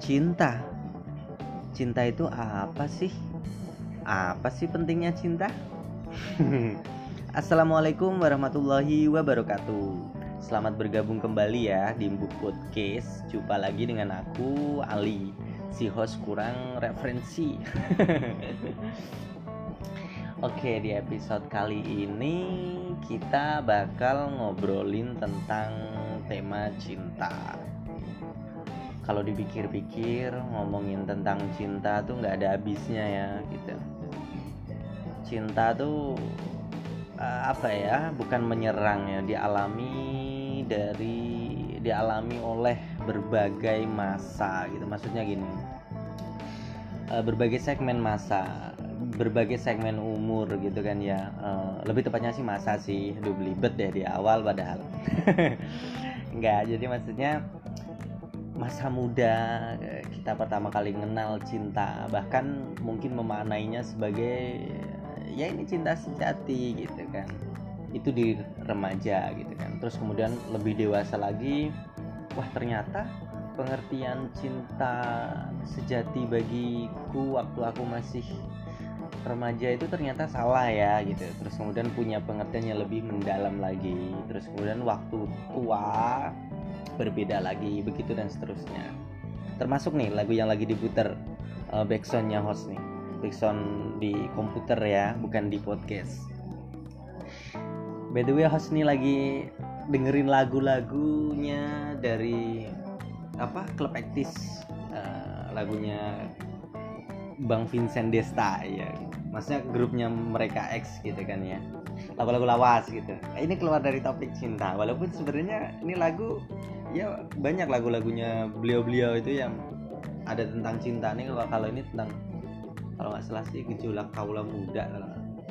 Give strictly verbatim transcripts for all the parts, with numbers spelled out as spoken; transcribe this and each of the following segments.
Cinta. Cinta itu apa sih? Apa sih pentingnya cinta? Assalamualaikum warahmatullahi wabarakatuh. Selamat bergabung kembali ya di Mbuk Podcast. Jumpa lagi dengan aku Ali, si host kurang referensi. Oke, di episode kali ini kita bakal ngobrolin tentang tema cinta. Kalau dipikir-pikir, ngomongin tentang cinta tuh nggak ada habisnya ya gitu. Cinta tuh uh, apa ya? Bukan menyerang ya, dialami dari dialami oleh berbagai masa gitu. Maksudnya gini, uh, berbagai segmen masa, berbagai segmen umur gitu kan ya. Uh, lebih tepatnya sih masa sih. Aduh belibet deh di awal padahal. Enggak, jadi maksudnya masa muda kita pertama kali mengenal cinta, bahkan mungkin memaknainya sebagai ya ini cinta sejati gitu kan, itu di remaja gitu kan. Terus kemudian lebih dewasa lagi, wah ternyata pengertian cinta sejati bagiku waktu aku masih remaja itu ternyata salah ya gitu. Terus kemudian punya pengertian yang lebih mendalam lagi. Terus kemudian waktu tua berbeda lagi, begitu dan seterusnya. Termasuk nih lagu yang lagi diputer, uh, backsoundnya host nih, backsound di komputer ya, bukan di podcast. By the way, host nih lagi dengerin lagu-lagunya dari apa Club Actis, uh, lagunya Bang Vincent Desta ya, maksudnya grupnya mereka X gitu kan ya, lagu-lagu lawas gitu. Ini keluar dari topik cinta, walaupun sebenarnya ini lagu ya banyak lagu-lagunya beliau-beliau itu yang ada tentang cinta nih. Kalau kalau ini tentang, kalau nggak salah sih gejolak kaula muda kalau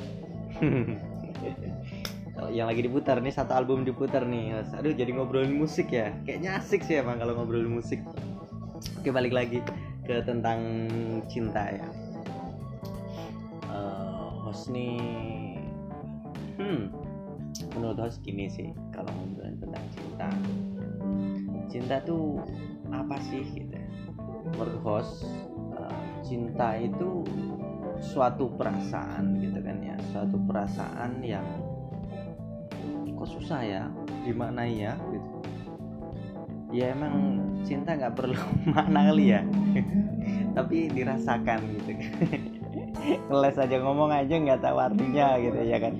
kalau yang lagi diputar nih, satu album diputar nih. Aduh jadi ngobrolin musik ya, kayaknya asik sih emang kalau ngobrolin musik. Oke, balik lagi ke tentang cinta ya. Uh, host nih hmm menurut host gini sih, kalau ngobrolin tentang cinta, cinta tuh apa sih gitu. Menurut host, uh, cinta itu suatu perasaan gitu kan ya, suatu perasaan yang kok susah ya dimaknai ya gitu. Ya emang cinta nggak perlu makna kali ya, tapi dirasakan gitu. Ngeles aja, ngomong aja nggak tahu artinya gitu ya kan.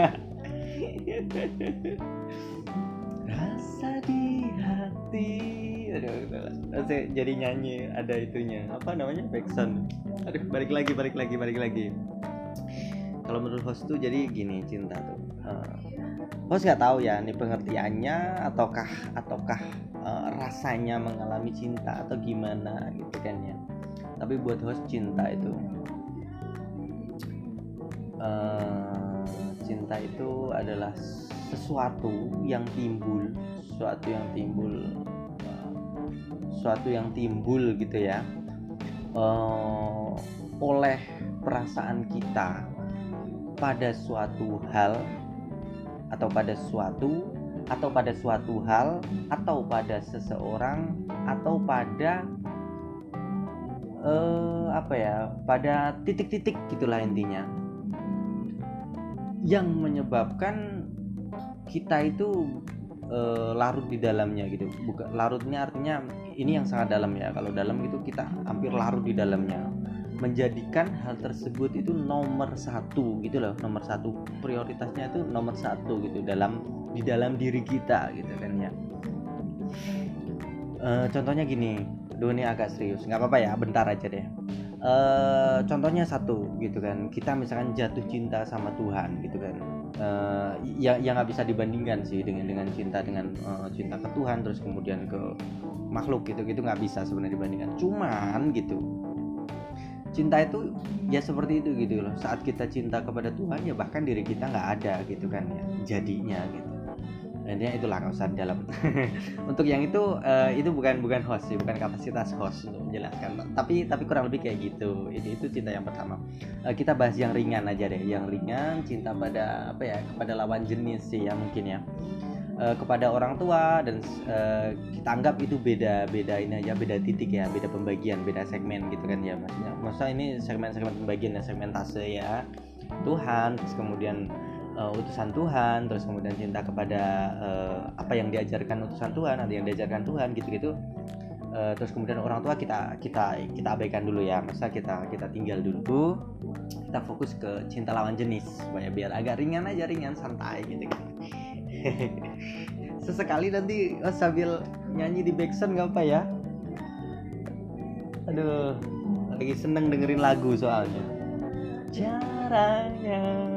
Rasa di hati, aduh, jadi nyanyi ada itunya, apa namanya, backsound. Aduh, balik lagi, balik lagi, balik lagi. Kalau menurut host tuh jadi gini, cinta tuh, uh, host nggak tahu ya, ini pengertiannya ataukah ataukah uh, rasanya mengalami cinta atau gimana gitu kan ya. Tapi buat host cinta itu, uh, cinta itu adalah sesuatu yang timbul, sesuatu yang timbul, uh, sesuatu yang timbul gitu ya, uh, oleh perasaan kita pada suatu hal atau pada suatu atau pada suatu hal atau pada seseorang atau pada uh, apa ya, pada titik-titik gitulah intinya, yang menyebabkan kita itu uh, larut di dalamnya gitu. Bukan larutnya artinya ini yang sangat dalam ya, kalau dalam itu kita hampir larut di dalamnya, menjadikan hal tersebut itu nomor satu gitu loh, nomor satu, prioritasnya itu nomor satu gitu dalam di dalam diri kita gitu kan ya. Uh, contohnya gini, duh ini agak serius, nggak apa-apa ya, bentar aja deh. Uh, contohnya satu gitu kan, kita misalkan jatuh cinta sama Tuhan gitu kan, uh, yang yang nggak bisa dibandingkan sih dengan dengan cinta dengan uh, cinta ke Tuhan terus kemudian ke makhluk gitu gitu, nggak bisa sebenarnya dibandingkan. Cuman gitu, cinta itu ya seperti itu gitu loh. Saat kita cinta kepada Tuhan ya bahkan diri kita nggak ada gitu kan ya, jadinya gitu. Intinya itulah, nggak usah dalam. Untuk yang itu uh, itu bukan bukan host sih, bukan kapasitas host untuk menjelaskan. Tapi tapi kurang lebih kayak gitu. Itu itu cinta yang pertama. Uh, kita bahas yang ringan aja deh, yang ringan, cinta pada apa ya, kepada lawan jenis sih ya mungkin ya. uh, kepada orang tua dan uh, kita anggap itu beda beda ini aja, beda titik ya, beda pembagian, beda segmen gitu kan ya, maksudnya maksudnya ini segmen-segmen pembagian dan segmentase ya, Tuhan, terus kemudian uh, utusan Tuhan, terus kemudian cinta kepada uh, apa yang diajarkan utusan Tuhan atau yang diajarkan Tuhan gitu-gitu. Uh, terus kemudian orang tua kita kita kita abaikan dulu ya, masa kita kita tinggal dulu, kita fokus ke cinta lawan jenis supaya biar agak ringan aja, ringan santai gitu kan. Sesekali nanti oh, sambil nyanyi di backsound nggak apa ya, aduh lagi seneng dengerin lagu soalnya caranya.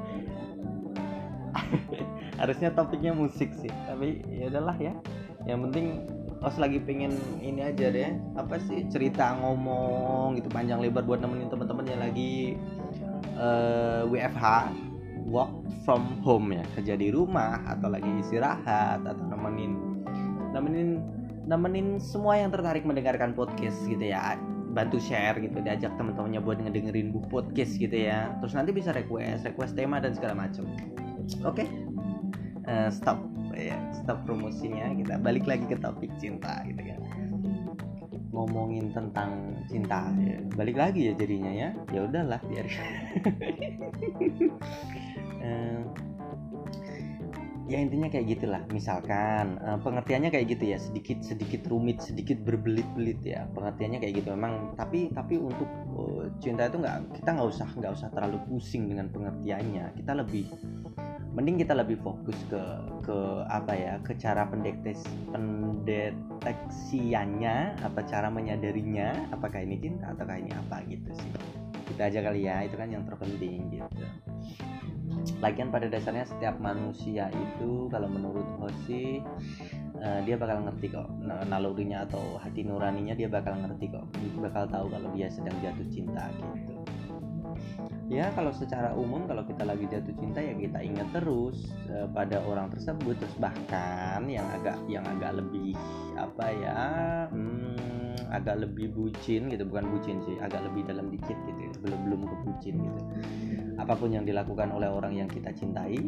Harusnya topiknya musik sih, tapi ya udahlah ya, yang penting Os lagi pengen ini aja deh, apa sih, cerita ngomong gitu panjang lebar buat nemenin teman-teman yang lagi uh, W F H, work from home ya, kerja di rumah atau lagi istirahat, atau nemenin nemenin nemenin semua yang tertarik mendengarkan podcast gitu ya, bantu share gitu, diajak teman-temannya buat ngedengerin bu podcast gitu ya, terus nanti bisa request request tema dan segala macam. Oke, okay? uh, stop ya, stop promosinya, kita balik lagi ke topik cinta gitu kan, ngomongin tentang cinta ya. Balik lagi ya jadinya ya, ya udahlah biar uh, ya intinya kayak gitulah, misalkan uh, pengertiannya kayak gitu ya, sedikit sedikit rumit, sedikit berbelit-belit ya pengertiannya kayak gitu memang, tapi tapi untuk uh, cinta itu nggak, kita nggak usah nggak usah terlalu pusing dengan pengertiannya, kita lebih mending kita lebih fokus ke ke apa ya, ke cara pendetes pendeteksiannya, apa cara menyadarinya, apakah ini cinta ataukah ini apa gitu sih, kita aja kali ya, itu kan yang terpenting gitu. Lagian pada dasarnya setiap manusia itu kalau menurut Hoshi uh, dia bakal ngerti kok nalurinya atau hati nuraninya, dia bakal ngerti kok, bakal tahu kalau dia sedang jatuh cinta gitu. Ya kalau secara umum kalau kita lagi jatuh cinta ya kita ingat terus uh, pada orang tersebut, terus bahkan yang agak yang agak lebih apa ya, hmm, agak lebih bucin gitu, bukan bucin sih, agak lebih dalam dikit gitu, belum belum ke bucin gitu. Apapun yang dilakukan oleh orang yang kita cintai,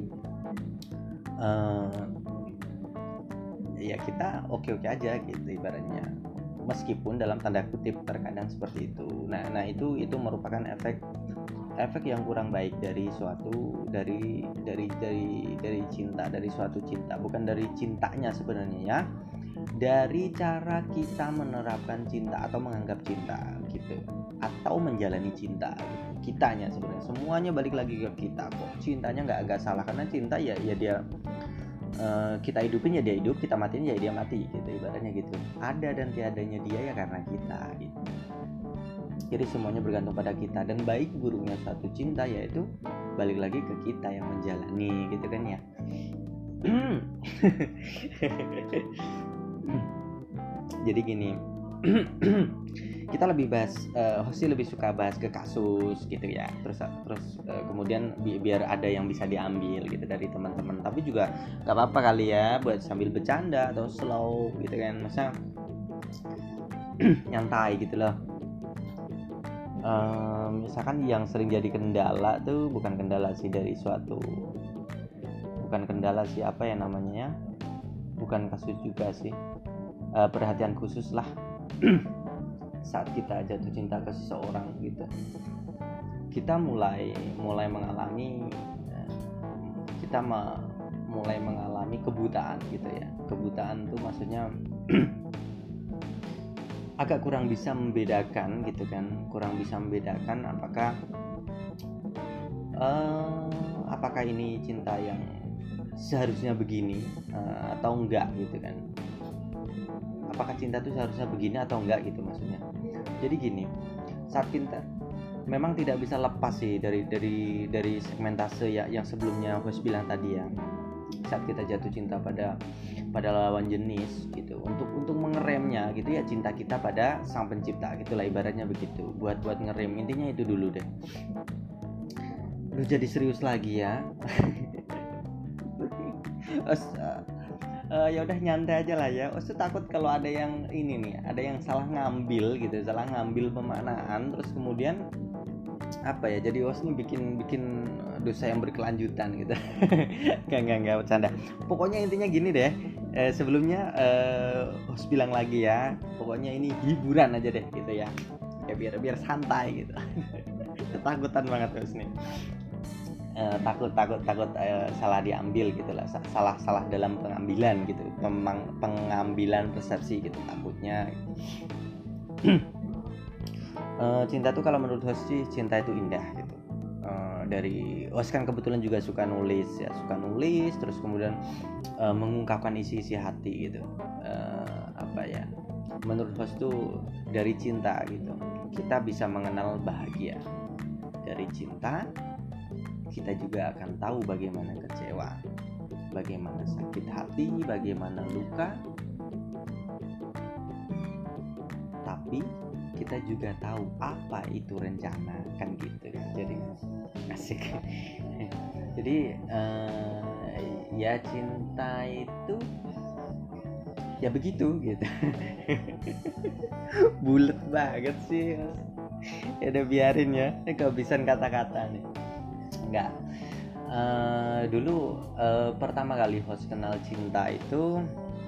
uh, ya kita oke-oke aja gitu ibaratnya, meskipun dalam tanda kutip terkadang seperti itu. Nah, nah itu itu merupakan efek efek yang kurang baik dari suatu dari dari dari dari cinta, dari suatu cinta, bukan dari cintanya sebenarnya ya, dari cara kita menerapkan cinta atau menganggap cinta gitu, atau menjalani cinta gitu. Kitanya sebenarnya semuanya balik lagi ke kita kok, cintanya nggak agak salah, karena cinta ya ya dia uh, kita hidupin ya dia hidup, kita matiin ya dia mati gitu ibaratnya gitu, ada dan tiadanya dia ya karena kita gitu. Jadi semuanya bergantung pada kita, dan baik buruknya suatu cinta yaitu balik lagi ke kita yang menjalani gitu kan ya. Jadi gini, kita lebih bahas, uh, Hoshi lebih suka bahas ke kasus gitu ya, terus terus uh, kemudian bi- biar ada yang bisa diambil gitu dari teman-teman, tapi juga gak apa-apa kali ya buat sambil bercanda atau slow gitu kan, masa nyantai gitu loh. Um, misalkan yang sering jadi kendala tuh bukan kendala sih dari suatu bukan kendala sih apa ya namanya, bukan kasus juga sih, uh, perhatian khusus lah saat kita jatuh cinta ke seseorang gitu, kita mulai mulai mengalami kita ma, mulai mengalami kebutaan gitu ya. Kebutaan tuh maksudnya agak kurang bisa membedakan gitu kan, kurang bisa membedakan apakah uh, apakah ini cinta yang seharusnya begini uh, atau enggak gitu kan, apakah cinta itu seharusnya begini atau enggak gitu maksudnya. Jadi gini, saat cinta memang tidak bisa lepas sih dari dari dari segmentase ya yang sebelumnya Hoshi bilang tadi ya, saat kita jatuh cinta pada pada lawan jenis gitu, untuk untuk mengeremnya gitu ya, cinta kita pada sang pencipta gitulah ibaratnya begitu, buat buat ngerem, intinya itu dulu deh. Lu jadi serius lagi ya. Os, uh, uh, ya udah nyantai aja lah ya. Os takut kalau ada yang ini nih, ada yang salah ngambil gitu, salah ngambil pemaknaan, terus kemudian apa ya, jadi Os nih bikin bikin dosa yang berkelanjutan gitu. Gak gak gak bercanda. Pokoknya intinya gini deh. Eh, sebelumnya eh, host bilang lagi ya. Pokoknya ini hiburan aja deh gitu ya. Ya biar biar santai gitu. Ketakutan banget host nih. Eh, takut takut takut eh, salah diambil gitulah, salah salah dalam pengambilan gitu, Pemang, pengambilan persepsi gitu takutnya. eh, cinta tuh kalau menurut host sih cinta itu indah gitu. Eh, dari host kan kebetulan juga suka nulis ya, suka nulis terus kemudian eh, mengungkapkan isi-isi hati gitu. Eh, apa ya? Menurut host tuh dari cinta gitu kita bisa mengenal bahagia. Dari cinta kita juga akan tahu bagaimana kecewa, bagaimana sakit hati, bagaimana luka. Tapi kita juga tahu apa itu rencana, kan gitu. Jadi asik. Jadi uh, ya cinta itu ya begitu gitu. Bulet banget sih. Ya udah biarin ya. Ini kehabisan kata-kata nih. Enggak. Uh, dulu uh, pertama kali host kenal cinta itu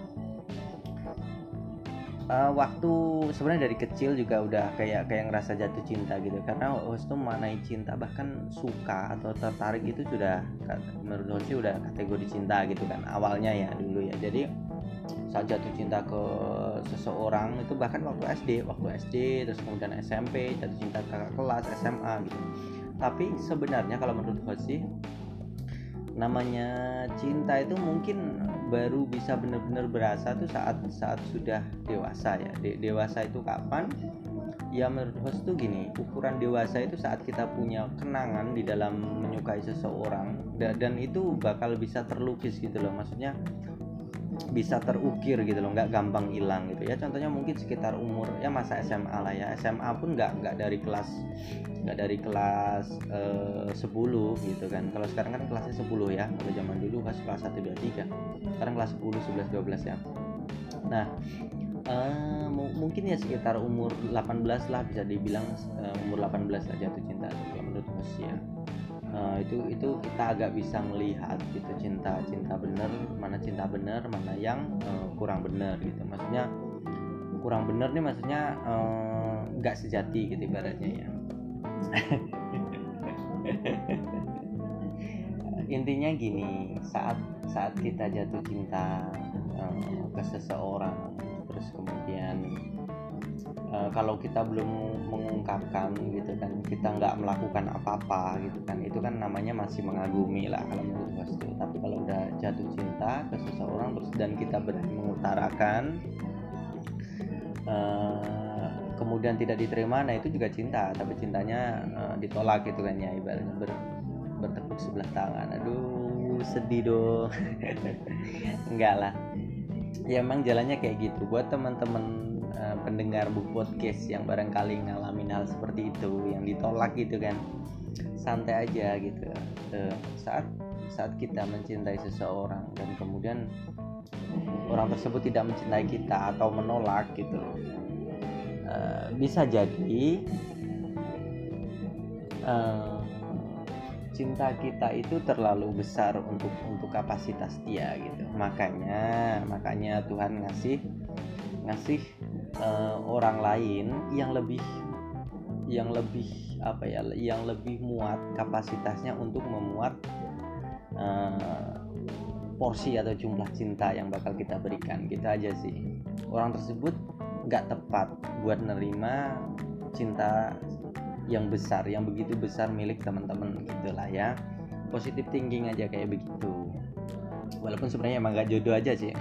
uh, waktu sebenarnya dari kecil juga udah kayak kayak ngerasa jatuh cinta gitu, karena host tuh memaknai cinta bahkan suka atau tertarik itu sudah menurut host sih udah kategori cinta gitu kan awalnya ya dulu ya. Jadi saat jatuh cinta ke seseorang itu bahkan waktu S D, waktu S D terus kemudian S M P, jatuh cinta ke kakak kelas, S M A gitu. Tapi sebenarnya kalau menurut host sih namanya cinta itu mungkin baru bisa benar-benar berasa tuh saat saat sudah dewasa ya. De- dewasa itu kapan? Ya menurut host tuh gini, ukuran dewasa itu saat kita punya kenangan di dalam menyukai seseorang dan, dan itu bakal bisa terlukis gitu loh. Maksudnya bisa terukir gitu loh, nggak gampang hilang gitu ya. Contohnya mungkin sekitar umur ya masa S M A lah ya. S M A pun nggak nggak dari kelas nggak dari kelas eh, sepuluh gitu kan. Kalau sekarang kan kelasnya sepuluh ya. Kalau zaman dulu pas kelas satu dua tiga. Sekarang kelas sepuluh, sebelas, dua belas ya. Nah, eh, m- mungkin ya sekitar umur delapan belas lah bisa dibilang, eh, umur delapan belas lah jatuh cinta kalau menurut usia. Uh, itu itu kita agak bisa melihat gitu cinta cinta bener mana cinta bener mana yang uh, kurang bener gitu. Maksudnya kurang bener nih maksudnya nggak uh, sejati gitu ibaratnya ya. Intinya gini, saat saat kita jatuh cinta uh, ke seseorang terus kemudian Uh, kalau kita belum mengungkapkan gitu kan, kita nggak melakukan apa-apa gitu kan, itu kan namanya masih mengagumi lah kalau menurut host. Tapi kalau udah jatuh cinta ke seseorang terus dan kita berani mengutarakan uh, kemudian tidak diterima, nah itu juga cinta, tapi cintanya uh, ditolak gitu kan ya, ibaratnya ber, bertepuk sebelah tangan. Aduh sedih dong. Enggak lah ya, emang jalannya kayak gitu. Buat teman-teman uh, pendengar Bu Podcast yang barangkali ngalamin hal seperti itu, yang ditolak gitu kan, santai aja gitu. Uh, saat saat kita mencintai seseorang dan kemudian orang tersebut tidak mencintai kita atau menolak gitu, uh, bisa jadi uh, cinta kita itu terlalu besar untuk untuk kapasitas dia gitu. Makanya makanya Tuhan ngasih ngasih uh, orang lain yang lebih yang lebih apa ya yang lebih muat kapasitasnya untuk memuat uh, porsi atau jumlah cinta yang bakal kita berikan gitu aja sih. Orang tersebut nggak tepat buat nerima cinta yang besar, yang begitu besar milik teman-teman gitulah ya. Positive thinking aja kayak begitu. Walaupun sebenarnya emang gak jodoh aja sih.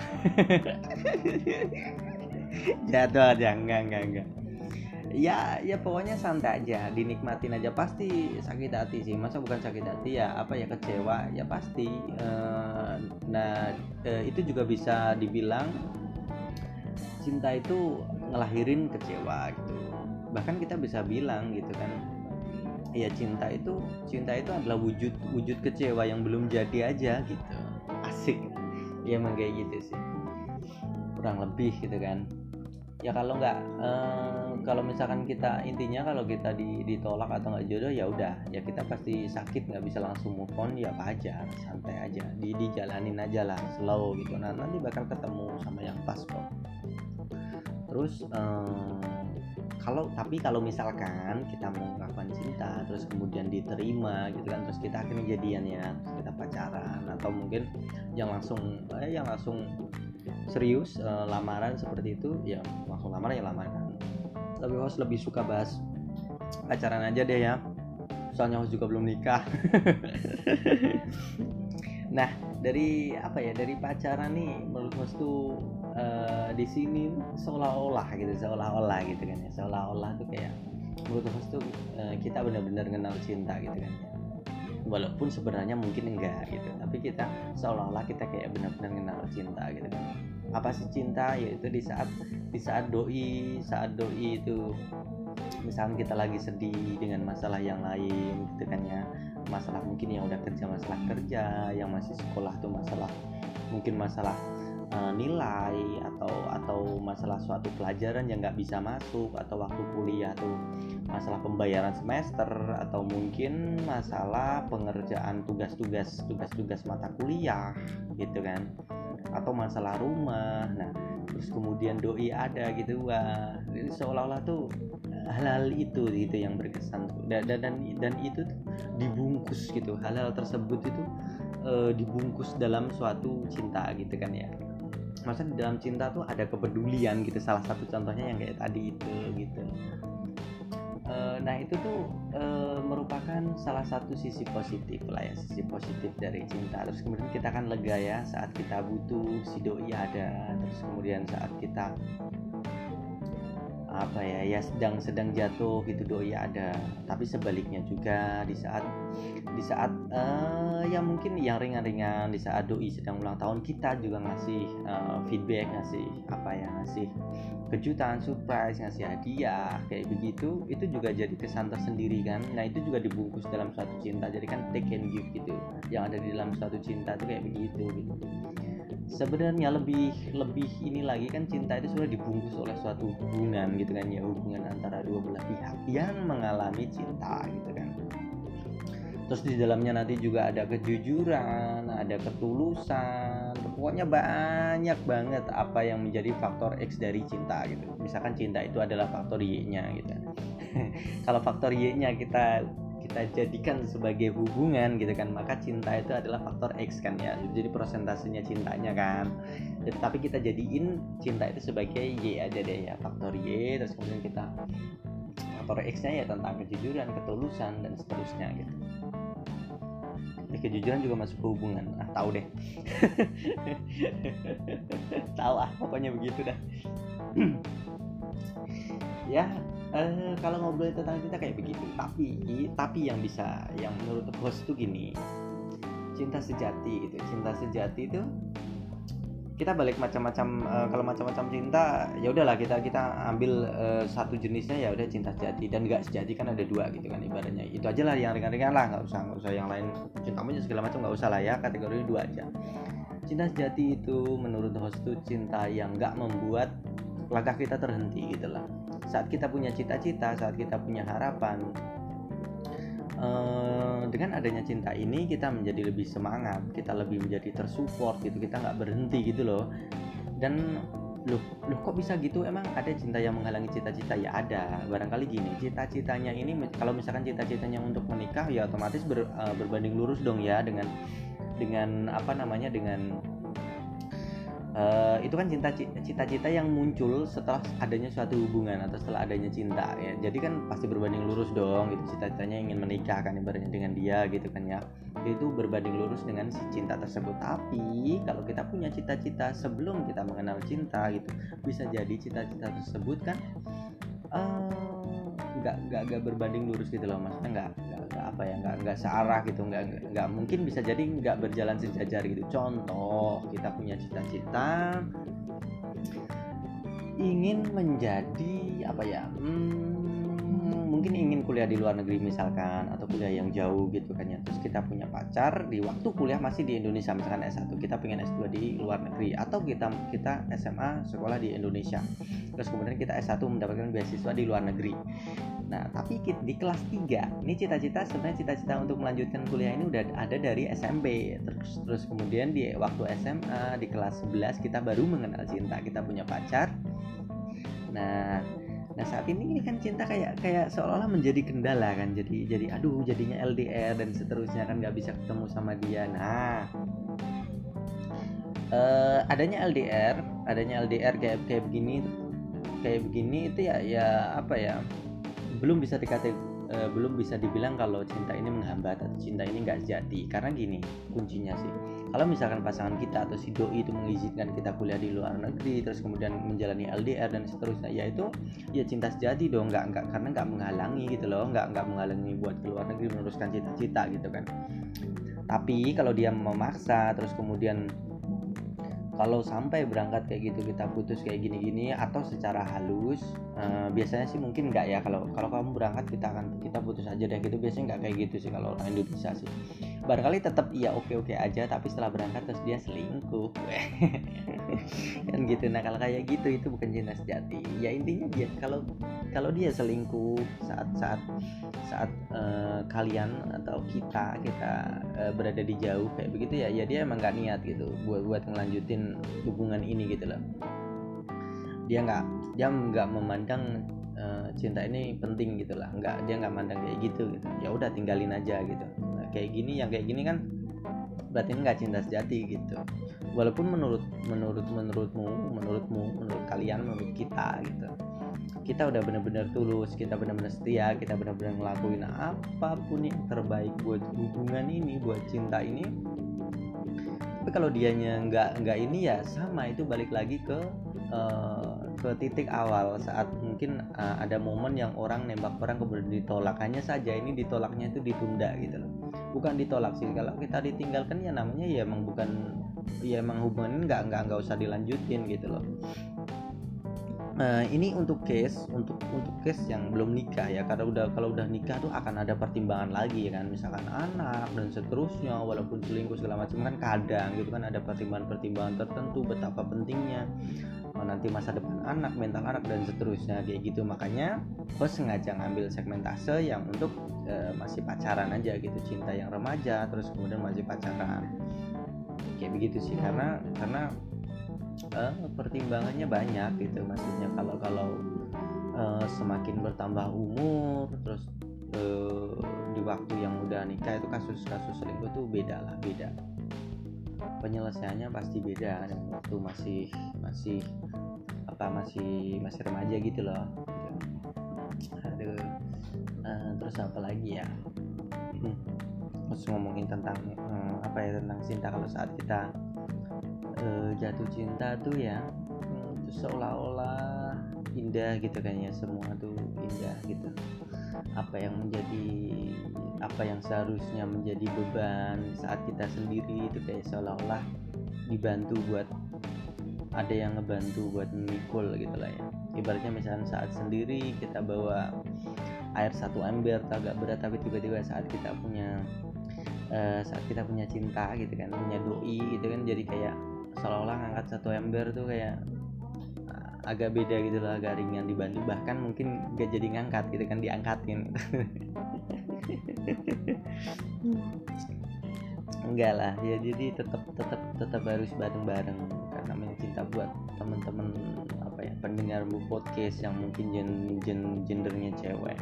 Jatuh aja, enggak enggak enggak. Ya ya pokoknya santai aja, dinikmatin aja. Pasti sakit hati sih. Masa bukan sakit hati ya? Apa ya, kecewa ya pasti. Uh, nah uh, itu juga bisa dibilang cinta itu ngelahirin kecewa gitu. Bahkan kita bisa bilang gitu kan, ya cinta itu cinta itu adalah wujud wujud kecewa yang belum jadi aja gitu. Asik ya, emang kayak gitu sih kurang lebih gitu kan. ya kalau nggak eh, kalau misalkan kita intinya kalau kita di, ditolak atau nggak jodoh ya udah ya kita pasti sakit, nggak bisa langsung move on, ya wajar, santai aja, di dijalanin aja lah, slow gitu, nah nanti bakal ketemu sama yang pas kok. Terus eh, kalau tapi kalau misalkan kita mau melakukan cinta terus kemudian diterima gitu kan, terus kita akhirnya jadian ya, terus kita pacaran, atau mungkin yang langsung eh, yang langsung serius eh, lamaran seperti itu, ya langsung lamaran ya lamaran. Tapi host lebih suka bahas pacaran aja deh ya, soalnya host juga belum nikah. Nah, dari apa ya, dari pacaran nih menurut host tuh uh, di sini seolah-olah gitu, seolah-olah gitu kan ya, seolah-olah tuh kayak menurut host tuh uh, kita benar-benar kenal cinta gitu kan ya. Walaupun sebenarnya mungkin enggak gitu, tapi kita seolah-olah kita kayak benar-benar kenal cinta gitu kan. Apa sih cinta? Yaitu di saat di saat doi, saat doi itu misalnya kita lagi sedih dengan masalah yang lain gitu kan ya, masalah mungkin yang udah kerja masalah kerja, yang masih sekolah tuh masalah mungkin masalah uh, nilai atau atau masalah suatu pelajaran yang nggak bisa masuk, atau waktu kuliah tuh masalah pembayaran semester, atau mungkin masalah pengerjaan tugas-tugas tugas-tugas mata kuliah gitu kan, atau masalah rumah. Nah terus kemudian doi ada gitu, wah jadi seolah-olah tuh hal-hal itu gitu yang berkesan dan dan dan itu dibungkus gitu, hal-hal tersebut itu e, dibungkus dalam suatu cinta gitu kan ya. Maksudnya dalam cinta tuh ada kepedulian gitu, salah satu contohnya yang kayak tadi itu gitu. E, nah itu tuh e, merupakan salah satu sisi positif lah ya, sisi positif dari cinta. Terus kemudian kita kan lega ya saat kita butuh si doi ada, terus kemudian saat kita apa ya ya sedang-sedang jatuh gitu doi ada. Tapi sebaliknya juga di saat di saat uh, ya mungkin yang ringan-ringan, di saat doi sedang ulang tahun kita juga ngasih uh, feedback, ngasih apa ya, ngasih kejutan, surprise, ngasih hadiah kayak begitu, itu juga jadi kesan tersendiri kan. Nah itu juga dibungkus dalam suatu cinta, jadi kan take and give gitu yang ada di dalam suatu cinta itu kayak begitu gitu. Sebenarnya lebih lebih ini lagi kan, cinta itu sudah dibungkus oleh suatu hubungan gitu kan ya, hubungan antara dua belah pihak yang mengalami cinta gitu kan. Terus di dalamnya nanti juga ada kejujuran, ada ketulusan, pokoknya banyak banget apa yang menjadi faktor X dari cinta gitu. Misalkan cinta itu adalah faktor Y-nya gitu. Kalau faktor Y-nya kita kita jadikan sebagai hubungan gitu kan, maka cinta itu adalah faktor X kan ya, jadi persentasenya cintanya kan. Tapi kita jadiin cinta itu sebagai Y aja deh ya, faktor Y, terus kemudian kita faktor X-nya ya tentang kejujuran, ketulusan dan seterusnya gitu. Ya, kejujuran juga masuk ke hubungan, ah tahu deh. Tahu ah, pokoknya begitu dah. Ya Uh, kalau ngobrol tentang cinta kayak begitu, tapi tapi yang bisa, yang menurut bos itu gini, cinta sejati gitu, cinta sejati itu kita balik macam-macam. Uh, kalau macam-macam cinta ya udahlah kita kita ambil uh, satu jenisnya, ya udah cinta sejati, dan nggak sejati kan ada dua gitu kan ibaratnya. Itu aja lah yang ringan-ringan lah, nggak usah nggak usah yang lain cinta monyet segala macam, nggak usah lah ya, kategori dua aja. Cinta sejati itu menurut host itu cinta yang nggak membuat langkah kita terhenti gitu lah. Saat kita punya cita-cita, saat kita punya harapan, eh, dengan adanya cinta ini kita menjadi lebih semangat, kita lebih menjadi tersupport gitu, kita nggak berhenti gitu loh. Dan loh, loh kok bisa gitu? Emang ada cinta yang menghalangi cita-cita? Ya ada. Barangkali gini, cita-citanya ini kalau misalkan cita-citanya untuk menikah, ya otomatis ber, uh, berbanding lurus dong ya dengan dengan apa namanya dengan Uh, itu kan cinta cita-cita yang muncul setelah adanya suatu hubungan atau setelah adanya cinta ya. Jadi kan pasti berbanding lurus dong gitu, cita-citanya ingin menikah kan ibaratnya dengan dia gitu kan ya. Itu berbanding lurus dengan si cinta tersebut. Tapi kalau kita punya cita-cita sebelum kita mengenal cinta gitu, bisa jadi cita-cita tersebut kan nggak uh, nggak nggak berbanding lurus gitu loh, maksudnya nggak nggak apa ya nggak nggak searah gitu, nggak nggak mungkin, bisa jadi nggak berjalan sejajar gitu. Contoh, kita punya cita-cita ingin menjadi apa ya hmm, mungkin ingin kuliah di luar negeri misalkan, atau kuliah yang jauh gitu kan ya. Terus kita punya pacar di waktu kuliah masih di Indonesia, misalkan S satu, kita pengen S dua di luar negeri, atau kita kita S M A sekolah di Indonesia, terus kemudian kita S satu mendapatkan beasiswa di luar negeri. Nah tapi di kelas tiga ini cita-cita sebenarnya cita-cita untuk melanjutkan kuliah ini udah ada dari S M P. Terus terus kemudian di waktu S M A di kelas sebelas kita baru mengenal cinta, kita punya pacar. Nah Nah saat ini ini kan cinta kayak kayak seolah-olah menjadi kendala kan, jadi jadi aduh jadinya L D R dan seterusnya kan, nggak bisa ketemu sama dia. Nah eh, adanya L D R, adanya L D R kayak kayak begini kayak begini itu ya ya apa ya, belum bisa dikata eh, belum bisa dibilang kalau cinta ini menghambat atau cinta ini nggak sejati. Karena gini kuncinya sih, kalau misalkan pasangan kita atau si doi itu mengizinkan kita kuliah di luar negeri, terus kemudian menjalani L D R dan seterusnya, ya itu ya cinta sejati dong, nggak nggak karena nggak menghalangi gitu loh, nggak nggak menghalangi buat ke luar negeri meneruskan cita-cita gitu kan. Tapi kalau dia memaksa, terus kemudian kalau sampai berangkat kayak gitu kita putus kayak gini-gini atau secara halus, uh, biasanya sih mungkin enggak ya, kalau kalau kamu berangkat kita akan kita putus aja deh gitu, biasanya enggak kayak gitu sih kalau orang Indonesia sih. Barangkali tetap iya oke-oke aja, tapi setelah berangkat terus dia selingkuh kan gitu. Nah kalau kayak gitu itu bukan cinta sejati ya. Intinya dia kalau kalau dia selingkuh saat saat saat uh, kalian atau kita kita uh, berada di jauh kayak begitu ya, ya dia emang nggak niat gitu buat buat ngelanjutin hubungan ini gitu loh. Dia nggak dia nggak memandang uh, cinta ini penting gitu lah, nggak, dia nggak mandang kayak gitu gitu. Ya udah tinggalin aja gitu. Nah, kayak gini yang kayak gini kan berarti nggak cinta sejati gitu. Walaupun menurut menurut menurutmu menurutmu menurut kalian, menurut kita gitu, kita udah benar-benar tulus, kita benar-benar setia, kita benar-benar ngelakuin apapun yang terbaik buat hubungan ini, buat cinta ini. Tapi kalau dianya nggak nggak ini ya sama, itu balik lagi ke uh, ke titik awal saat mungkin uh, ada momen yang orang nembak orang kemudian ditolak. Hanya saja ini ditolaknya itu ditunda gitu loh, bukan ditolak sih. Kalau kita ditinggalkan ya namanya ya emang bukan, ya emang hubungan ini nggak nggak nggak usah dilanjutin gitu loh. Nah, ini untuk case untuk untuk case yang belum nikah ya, karena udah kalau udah nikah tuh akan ada pertimbangan lagi ya kan, misalkan anak dan seterusnya. Walaupun selingkuh segala macam kan kadang gitu kan ada pertimbangan-pertimbangan tertentu betapa pentingnya oh, nanti masa depan anak, mental anak dan seterusnya kayak gitu. Makanya host sengaja ngambil segmentase yang untuk e, masih pacaran aja gitu, cinta yang remaja terus kemudian masih pacaran kayak begitu sih. Karena karena Uh, pertimbangannya banyak gitu, maksudnya kalau kalau uh, semakin bertambah umur terus uh, di waktu yang udah nikah itu kasus-kasus selingkuh tuh beda lah, beda penyelesaiannya pasti beda. Dan waktu masih masih apa masih masih remaja gitu loh. Aduh, uh, terus apa lagi ya, hmm. terus ngomongin tentang uh, apa ya tentang cinta. Kalau saat kita Uh, jatuh cinta tuh ya, hmm, tuh seolah-olah indah gitu kan ya, semua tuh indah gitu. Apa yang menjadi apa yang seharusnya menjadi beban saat kita sendiri itu kayak seolah-olah dibantu buat, ada yang ngebantu buat memikul gitu lah ya. Ibaratnya misalnya saat sendiri kita bawa air satu ember agak berat, tapi tiba-tiba saat kita punya uh, saat kita punya cinta gitu kan, punya doi gitu kan, jadi kayak seolah-olah ngangkat satu ember tuh kayak agak beda gitu loh, agak ringan dibantu, bahkan mungkin gak jadi ngangkat gitu kan, diangkatin enggak lah ya, jadi tetap tetap tetap harus bareng-bareng. Karena namanya cinta buat temen-temen apa ya pendengar bu podcast yang mungkin gen, gen gendernya cewek,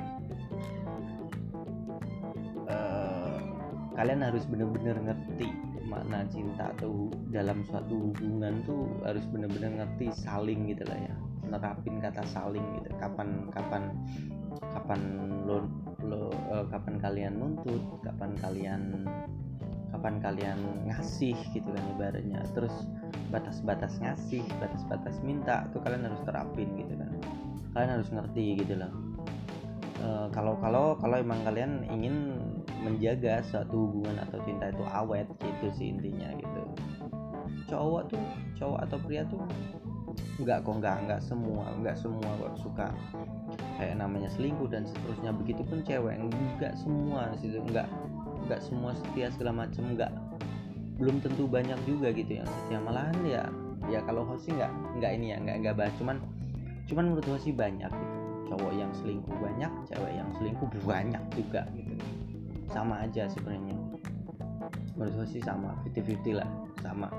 uh, kalian harus bener-bener ngerti makna cinta atau dalam suatu hubungan tuh harus benar-benar ngerti saling gitu lah ya, nerapin kata saling gitu. Kapan kapan kapan lo, lo uh, kapan kalian nuntut, kapan kalian kapan kalian ngasih gitu kan ibaratnya. Terus batas-batas ngasih, batas-batas minta tuh kalian harus terapin gitu kan, kalian harus ngerti gitu loh. Uh, kalau kalau kalau emang kalian ingin menjaga suatu hubungan atau cinta itu awet gitu sih intinya gitu. Cowok tuh cowok atau pria tuh Enggak kok, enggak enggak semua enggak semua kok suka kayak namanya selingkuh dan seterusnya. Begitupun cewek, enggak semua situ, enggak enggak semua setia segala macam, enggak, belum tentu banyak juga gitu yang setia. Malahan ya ya kalau host sih enggak enggak ini ya enggak enggak bahas, cuman cuman menurut host sih banyak gitu. Cowok yang selingkuh banyak, cewek yang selingkuh banyak juga gitu. Sama aja sebenarnya. Menurut host sih sama, lima puluh lima puluh lah, sama.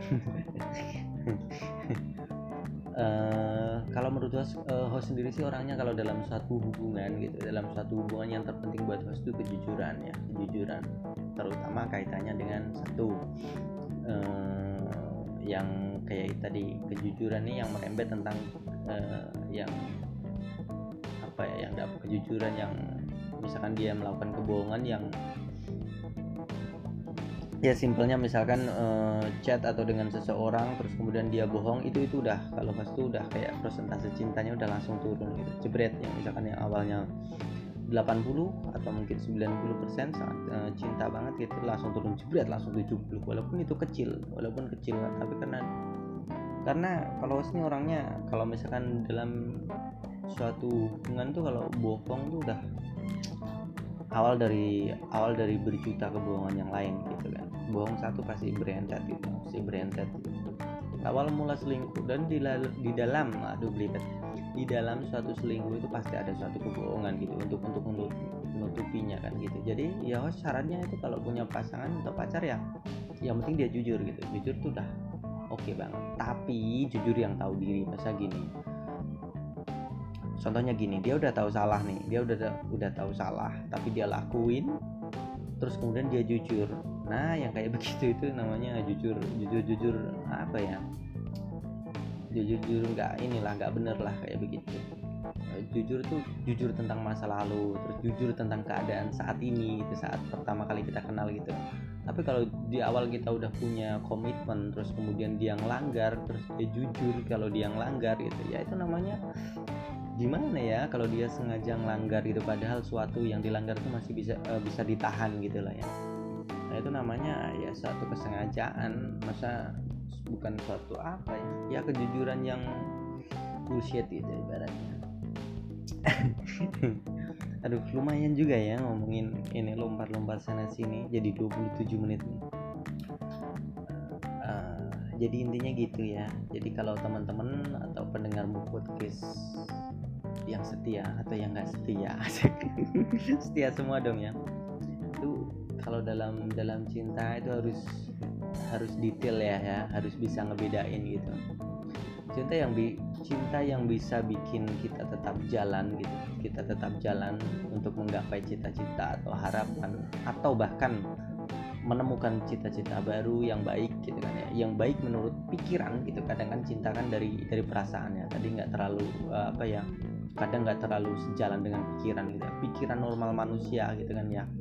Uh, kalau menurut host, uh, host sendiri sih orangnya kalau dalam suatu hubungan gitu, dalam suatu hubungan yang terpenting buat host itu kejujuran ya, kejujuran, terutama kaitannya dengan satu uh, yang kayak tadi, kejujuran nih yang merembet tentang uh, yang apa ya, yang dapat kejujuran yang misalkan dia melakukan kebohongan yang ya simpelnya misalkan uh, chat atau dengan seseorang terus kemudian dia bohong, itu itu udah kalau pas itu udah kayak persentase cintanya udah langsung turun gitu, jebret. Yang misalkan yang awalnya delapan puluh atau mungkin sembilan puluh persen sangat uh, cinta banget gitu, langsung turun jebret langsung tujuh puluh, walaupun itu kecil walaupun kecil tapi karena karena kalau ini orangnya kalau misalkan dalam suatu hubungan tuh kalau bohong tuh udah awal dari awal dari berjuta kebohongan yang lain gitu kan. Bohong satu pasti berentet gitu, pasti berentet gitu. Awal mula selingkuh dan di, di dalam aduh belibet di dalam suatu selingkuh itu pasti ada suatu kebohongan gitu untuk untuk untuk menutupinya kan gitu. Jadi ya syaratnya itu kalau punya pasangan atau pacar ya yang penting dia jujur gitu. Jujur tuh udah oke okay banget. Tapi jujur yang tahu diri. Masa gini, contohnya gini, dia udah tahu salah nih, dia udah udah tahu salah, tapi dia lakuin, terus kemudian dia jujur. Nah, yang kayak begitu itu namanya jujur, jujur, jujur apa ya? Jujur, jujur nggak inilah, nggak bener lah kayak begitu. Jujur tuh jujur tentang masa lalu, terus jujur tentang keadaan saat ini, itu saat pertama kali kita kenal gitu. Tapi kalau di awal kita udah punya komitmen, terus kemudian dia ngelanggar, terus dia jujur kalau dia ngelanggar gitu, ya itu namanya gimana ya, kalau dia sengaja ngelanggar gitu, padahal suatu yang dilanggar itu masih bisa uh, bisa ditahan gitu lah ya. Nah itu namanya ya suatu kesengajaan, masa bukan suatu apa ya, ya kejujuran yang bullshit gitu ibaratnya. Aduh lumayan juga ya ngomongin ini, lompat-lompat sana sini jadi dua puluh tujuh menit nih. Uh, jadi intinya gitu ya. Jadi kalau teman-teman atau pendengar podcast yang setia atau yang nggak setia setia semua dong ya, itu kalau dalam dalam cinta itu harus harus detail ya ya harus bisa ngebedain gitu. Cinta yang bi cinta yang bisa bikin kita tetap jalan gitu, kita tetap jalan untuk menggapai cita-cita atau harapan, atau bahkan menemukan cita-cita baru yang baik gitu kan ya, yang baik menurut pikiran gitu. Kadang kan cinta kan dari dari perasaan ya, tadi nggak terlalu uh, apa ya kadang nggak terlalu sejalan dengan pikiran gitu, pikiran normal manusia gitu kan ya,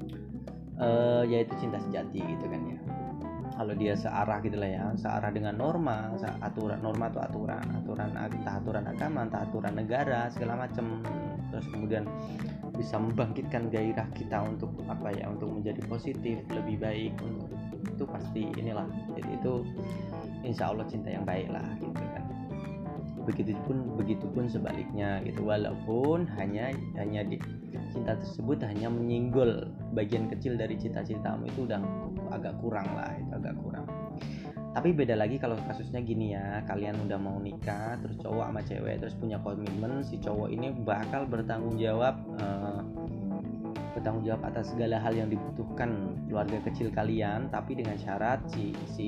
uh, yaitu cinta sejati gitu kan ya. Kalau dia searah gitu lah ya, searah dengan norma, aturan norma atau aturan aturan entah aturan agama, entah aturan negara segala macam, terus kemudian bisa membangkitkan gairah kita untuk apa ya, untuk menjadi positif, lebih baik, untuk itu pasti inilah. Jadi itu insya Allah cinta yang baik lah gitu kan. Begitupun begitupun sebaliknya gitu, walaupun hanya hanya di cinta tersebut hanya menyinggol bagian kecil dari cita-citamu, itu udah agak kurang lah, itu agak kurang. Tapi beda lagi kalau kasusnya gini ya, kalian udah mau nikah, terus cowok sama cewek terus punya komitmen, si cowok ini bakal bertanggung jawab uh, bertanggung jawab atas segala hal yang dibutuhkan keluarga kecil kalian, tapi dengan syarat si si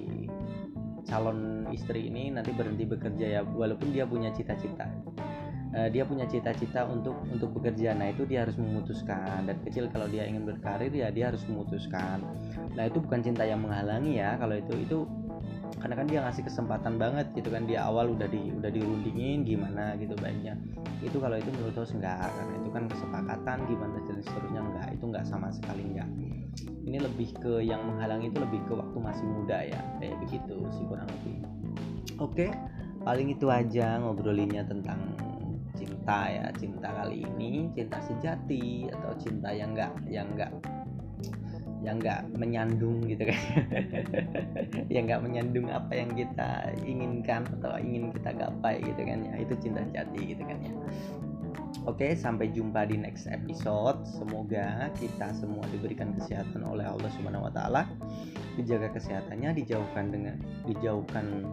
calon istri ini nanti berhenti bekerja ya, walaupun dia punya cita-cita. Uh, dia punya cita-cita untuk untuk bekerja, nah itu dia harus memutuskan. Dan kecil kalau dia ingin berkarir ya dia harus memutuskan. Nah itu bukan cinta yang menghalangi ya, kalau itu itu karena kan dia ngasih kesempatan banget gitu kan, dia awal udah di udah dirundingin gimana gitu baiknya. Itu kalau itu menurut saya enggak, karena itu kan kesepakatan gimana dan seterusnya, enggak, itu enggak sama sekali enggak. Ini lebih ke yang menghalangi itu lebih ke waktu masih muda ya, kayak begitu sih kurang lebih. Oke, paling itu aja ngobrolinnya tentang cinta ya, cinta kali ini, cinta sejati atau cinta yang enggak yang enggak yang nggak menyandung gitu kan. Yang nggak menyandung apa yang kita inginkan atau ingin kita gapai gitu kan ya, itu cinta sejati gitu kan ya. Oke, sampai jumpa di next episode. Semoga kita semua diberikan kesehatan oleh Allah Subhanahu wa taala, dijaga kesehatannya, dijauhkan dengan dijauhkan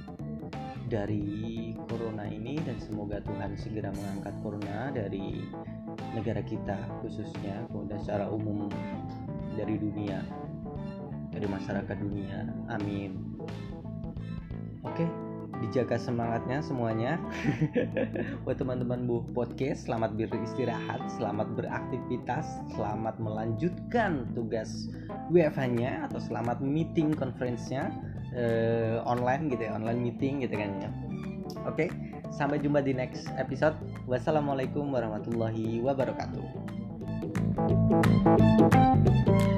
dari corona ini, dan semoga Tuhan segera mengangkat corona dari negara kita khususnya, kemudian secara umum dari dunia, dari masyarakat dunia. Amin. Oke, dijaga semangatnya semuanya. Buat teman-teman Bu Podcast, selamat beristirahat, selamat beraktivitas, selamat melanjutkan tugas W F H-nya atau selamat meeting conference-nya eh, online gitu ya, online meeting gitu kan ya. Oke, sampai jumpa di next episode. Wassalamualaikum warahmatullahi wabarakatuh.